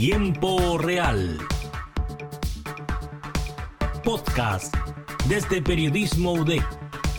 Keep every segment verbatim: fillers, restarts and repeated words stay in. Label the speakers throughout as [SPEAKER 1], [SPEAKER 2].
[SPEAKER 1] Tiempo Real. Podcast desde Periodismo U D E.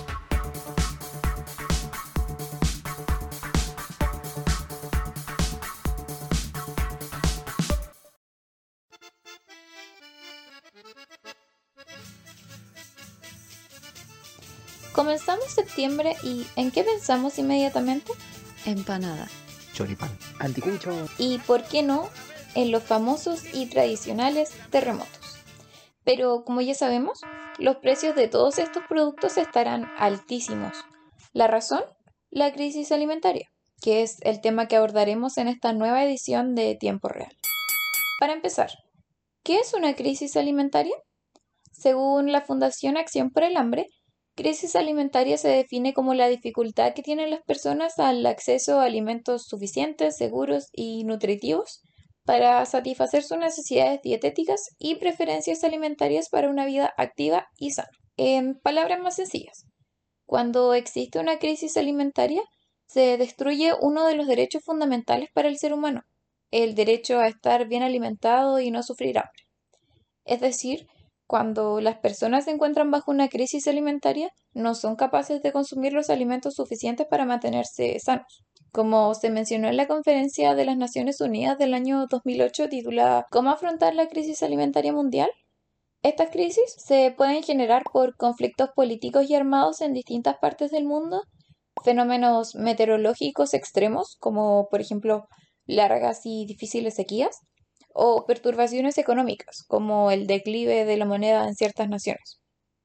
[SPEAKER 2] Comenzamos septiembre y ¿en qué pensamos inmediatamente?
[SPEAKER 3] Empanada,
[SPEAKER 4] choripán,
[SPEAKER 5] anticucho
[SPEAKER 2] y, ¿por qué no?, en los famosos y tradicionales terremotos. Pero, como ya sabemos, los precios de todos estos productos estarán altísimos. ¿La razón? La crisis alimentaria, que es el tema que abordaremos en esta nueva edición de Tiempo Real. Para empezar, ¿qué es una crisis alimentaria? Según la Fundación Acción por el Hambre, crisis alimentaria se define como la dificultad que tienen las personas al acceso a alimentos suficientes, seguros y nutritivos para satisfacer sus necesidades dietéticas y preferencias alimentarias para una vida activa y sana. En palabras más sencillas, cuando existe una crisis alimentaria, se destruye uno de los derechos fundamentales para el ser humano, el derecho a estar bien alimentado y no sufrir hambre. Es decir, cuando las personas se encuentran bajo una crisis alimentaria, no son capaces de consumir los alimentos suficientes para mantenerse sanos. Como se mencionó en la Conferencia de las Naciones Unidas del año dos mil ocho titulada ¿Cómo afrontar la crisis alimentaria mundial? Estas crisis se pueden generar por conflictos políticos y armados en distintas partes del mundo, fenómenos meteorológicos extremos, como por ejemplo largas y difíciles sequías, o perturbaciones económicas, como el declive de la moneda en ciertas naciones.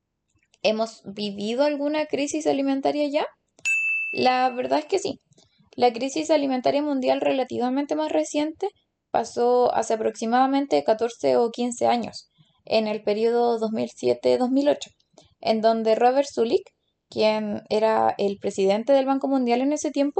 [SPEAKER 2] ¿Hemos vivido alguna crisis alimentaria ya? La verdad es que sí. La crisis alimentaria mundial relativamente más reciente pasó hace aproximadamente catorce o quince años, en el periodo dos mil siete a dos mil ocho, en donde Robert Zulik, quien era el presidente del Banco Mundial en ese tiempo,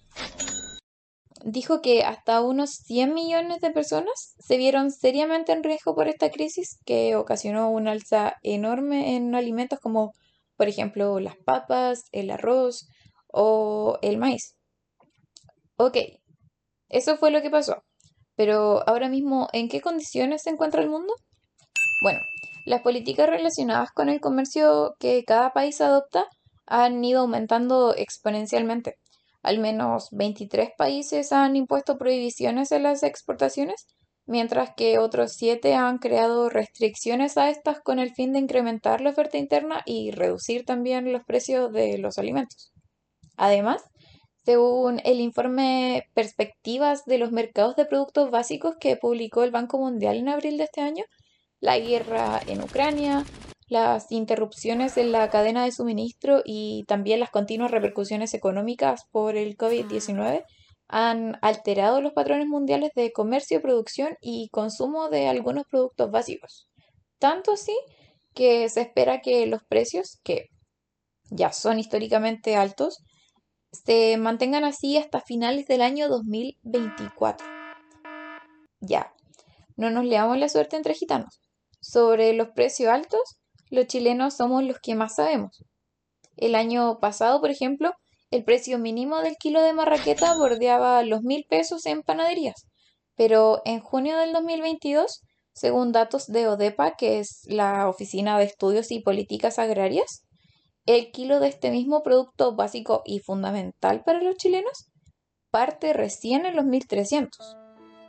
[SPEAKER 2] dijo que hasta unos cien millones de personas se vieron seriamente en riesgo por esta crisis que ocasionó un alza enorme en alimentos como, por ejemplo, las papas, el arroz o el maíz. Ok, eso fue lo que pasó. Pero ahora mismo, ¿en qué condiciones se encuentra el mundo? Bueno, las políticas relacionadas con el comercio que cada país adopta han ido aumentando exponencialmente. Al menos veintitrés países han impuesto prohibiciones en las exportaciones, mientras que otros siete han creado restricciones a estas con el fin de incrementar la oferta interna y reducir también los precios de los alimentos. Además, según el informe Perspectivas de los mercados de productos básicos que publicó el Banco Mundial en abril de este año, la guerra en Ucrania, las interrupciones en la cadena de suministro y también las continuas repercusiones económicas por el COVID diecinueve han alterado los patrones mundiales de comercio, producción y consumo de algunos productos básicos. Tanto así que se espera que los precios, que ya son históricamente altos, se mantengan así hasta finales del año dos mil veinticuatro. Ya, no nos leamos la suerte entre gitanos. Sobre los precios altos, los chilenos somos los que más sabemos. El año pasado, por ejemplo, el precio mínimo del kilo de marraqueta bordeaba los mil pesos en panaderías, pero en junio del dos mil veintidós, según datos de ODEPA, que es la Oficina de Estudios y Políticas Agrarias, el kilo de este mismo producto básico y fundamental para los chilenos parte recién en los mil trescientos.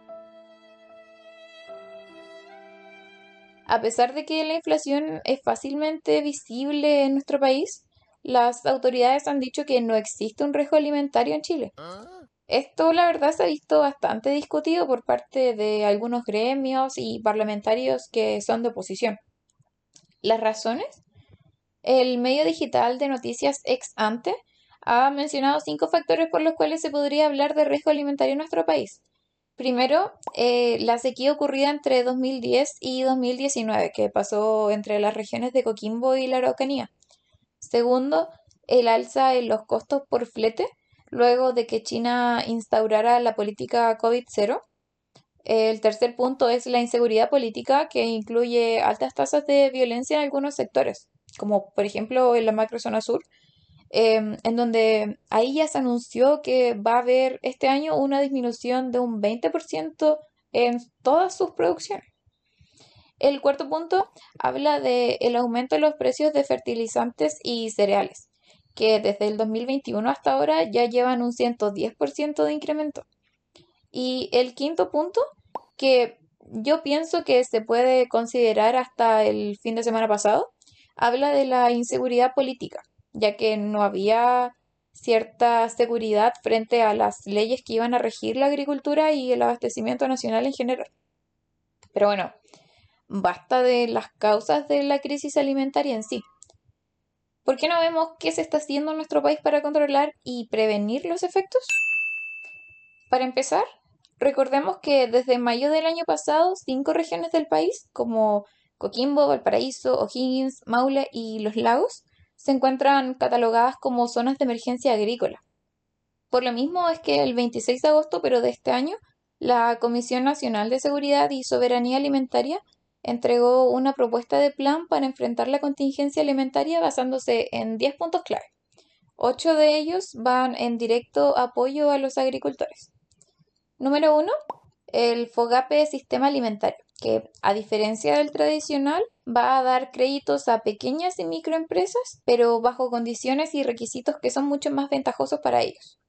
[SPEAKER 2] A pesar de que la inflación es fácilmente visible en nuestro país, las autoridades han dicho que no existe un riesgo alimentario en Chile. Esto, la verdad, se ha visto bastante discutido por parte de algunos gremios y parlamentarios que son de oposición. ¿Las razones? El medio digital de noticias Ex Ante ha mencionado cinco factores por los cuales se podría hablar de riesgo alimentario en nuestro país. Primero, eh, la sequía ocurrida entre dos mil diez y dos mil diecinueve, que pasó entre las regiones de Coquimbo y la Araucanía. Segundo, el alza en los costos por flete, luego de que China instaurara la política COVID cero. El tercer punto es la inseguridad política, que incluye altas tasas de violencia en algunos sectores, como por ejemplo en la macrozona sur, eh, en donde ahí ya se anunció que va a haber este año una disminución de un veinte por ciento en todas sus producciones. El cuarto punto habla del aumento de los precios de fertilizantes y cereales, que desde el dos mil veintiuno hasta ahora ya llevan un ciento diez por ciento de incremento. Y el quinto punto, que yo pienso que se puede considerar hasta el fin de semana pasado, habla de la inseguridad política, ya que no había cierta seguridad frente a las leyes que iban a regir la agricultura y el abastecimiento nacional en general. Pero bueno, basta de las causas de la crisis alimentaria en sí. ¿Por qué no vemos qué se está haciendo en nuestro país para controlar y prevenir los efectos? Para empezar, recordemos que desde mayo del año pasado, cinco regiones del país, como Coquimbo, Valparaíso, O'Higgins, Maule y Los Lagos, se encuentran catalogadas como zonas de emergencia agrícola. Por lo mismo es que el veintiséis de agosto, pero de este año, la Comisión Nacional de Seguridad y Soberanía Alimentaria entregó una propuesta de plan para enfrentar la contingencia alimentaria basándose en diez puntos clave. Ocho de ellos van en directo apoyo a los agricultores. Número uno, el FOGAPE Sistema Alimentario, que a diferencia del tradicional va a dar créditos a pequeñas y microempresas, pero bajo condiciones y requisitos que son mucho más ventajosos para ellos.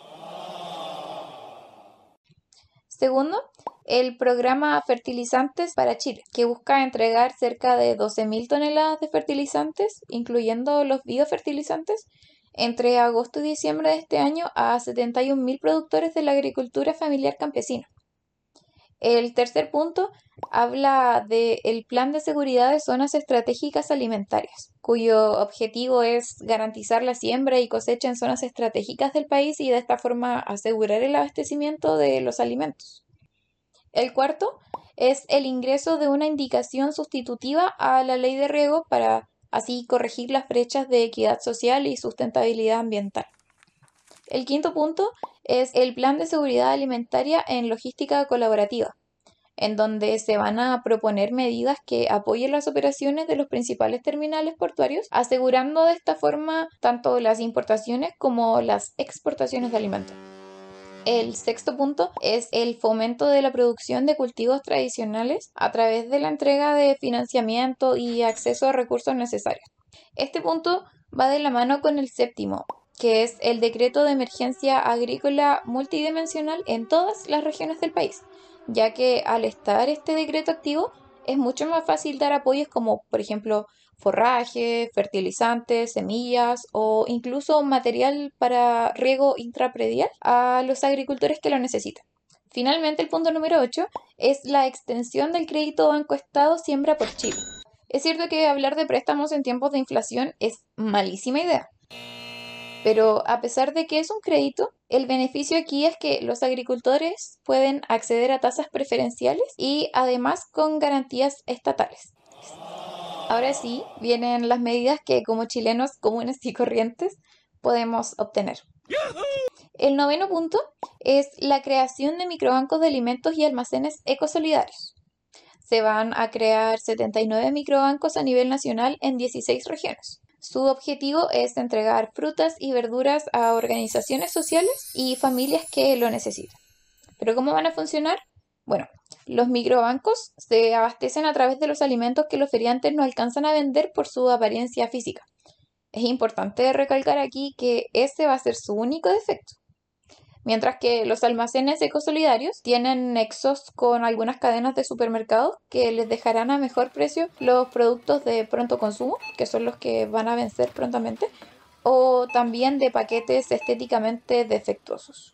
[SPEAKER 2] Segundo, el programa Fertilizantes para Chile, que busca entregar cerca de doce mil toneladas de fertilizantes, incluyendo los biofertilizantes, entre agosto y diciembre de este año a setenta y un mil productores de la agricultura familiar campesina. El tercer punto habla del Plan de Seguridad de Zonas Estratégicas Alimentarias, cuyo objetivo es garantizar la siembra y cosecha en zonas estratégicas del país y de esta forma asegurar el abastecimiento de los alimentos. El cuarto es el ingreso de una indicación sustitutiva a la ley de riego para así corregir las brechas de equidad social y sustentabilidad ambiental. El quinto punto es el Plan de Seguridad Alimentaria en Logística Colaborativa, en donde se van a proponer medidas que apoyen las operaciones de los principales terminales portuarios, asegurando de esta forma tanto las importaciones como las exportaciones de alimentos. El sexto punto es el fomento de la producción de cultivos tradicionales a través de la entrega de financiamiento y acceso a recursos necesarios. Este punto va de la mano con el séptimo, que es el decreto de emergencia agrícola multidimensional en todas las regiones del país, ya que al estar este decreto activo es mucho más fácil dar apoyos como, por ejemplo, forraje, fertilizantes, semillas o incluso material para riego intrapredial a los agricultores que lo necesitan. Finalmente, el punto número ocho es la extensión del crédito Banco Estado Siembra por Chile. Es cierto que hablar de préstamos en tiempos de inflación es malísima idea, pero a pesar de que es un crédito, el beneficio aquí es que los agricultores pueden acceder a tasas preferenciales y además con garantías estatales. Ahora sí, vienen las medidas que como chilenos comunes y corrientes podemos obtener. El noveno punto es la creación de microbancos de alimentos y almacenes ecosolidarios. Se van a crear setenta y nueve microbancos a nivel nacional en dieciséis regiones. Su objetivo es entregar frutas y verduras a organizaciones sociales y familias que lo necesitan. ¿Pero cómo van a funcionar? Bueno, los microbancos se abastecen a través de los alimentos que los feriantes no alcanzan a vender por su apariencia física. Es importante recalcar aquí que ese va a ser su único defecto. Mientras que los almacenes ecosolidarios tienen nexos con algunas cadenas de supermercados que les dejarán a mejor precio los productos de pronto consumo, que son los que van a vencer prontamente, o también de paquetes estéticamente defectuosos.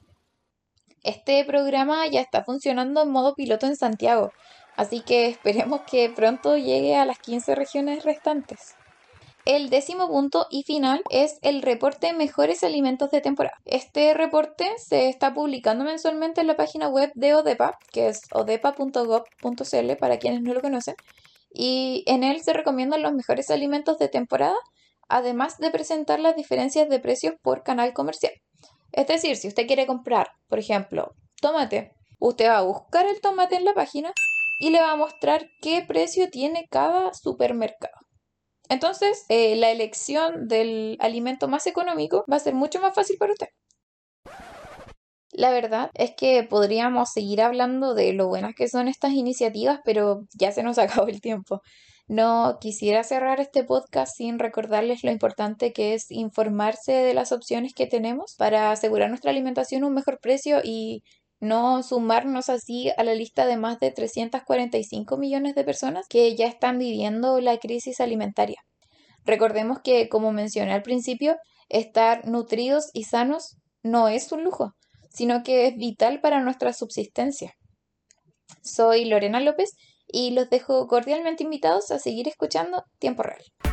[SPEAKER 2] Este programa ya está funcionando en modo piloto en Santiago, así que esperemos que pronto llegue a las quince regiones restantes. El décimo punto y final es el reporte Mejores Alimentos de Temporada. Este reporte se está publicando mensualmente en la página web de ODEPA, que es odepa punto gob punto cl para quienes no lo conocen, y en él se recomiendan los mejores alimentos de temporada, además de presentar las diferencias de precios por canal comercial. Es decir, si usted quiere comprar, por ejemplo, tomate, usted va a buscar el tomate en la página y le va a mostrar qué precio tiene cada supermercado. Entonces, eh, la elección del alimento más económico va a ser mucho más fácil para usted. La verdad es que podríamos seguir hablando de lo buenas que son estas iniciativas, pero ya se nos acabó el tiempo. No quisiera cerrar este podcast sin recordarles lo importante que es informarse de las opciones que tenemos para asegurar nuestra alimentación a un mejor precio y no sumarnos así a la lista de más de trescientos cuarenta y cinco millones de personas que ya están viviendo la crisis alimentaria. Recordemos que, como mencioné al principio, estar nutridos y sanos no es un lujo, sino que es vital para nuestra subsistencia. Soy Lorena López y los dejo cordialmente invitados a seguir escuchando Tiempo Real.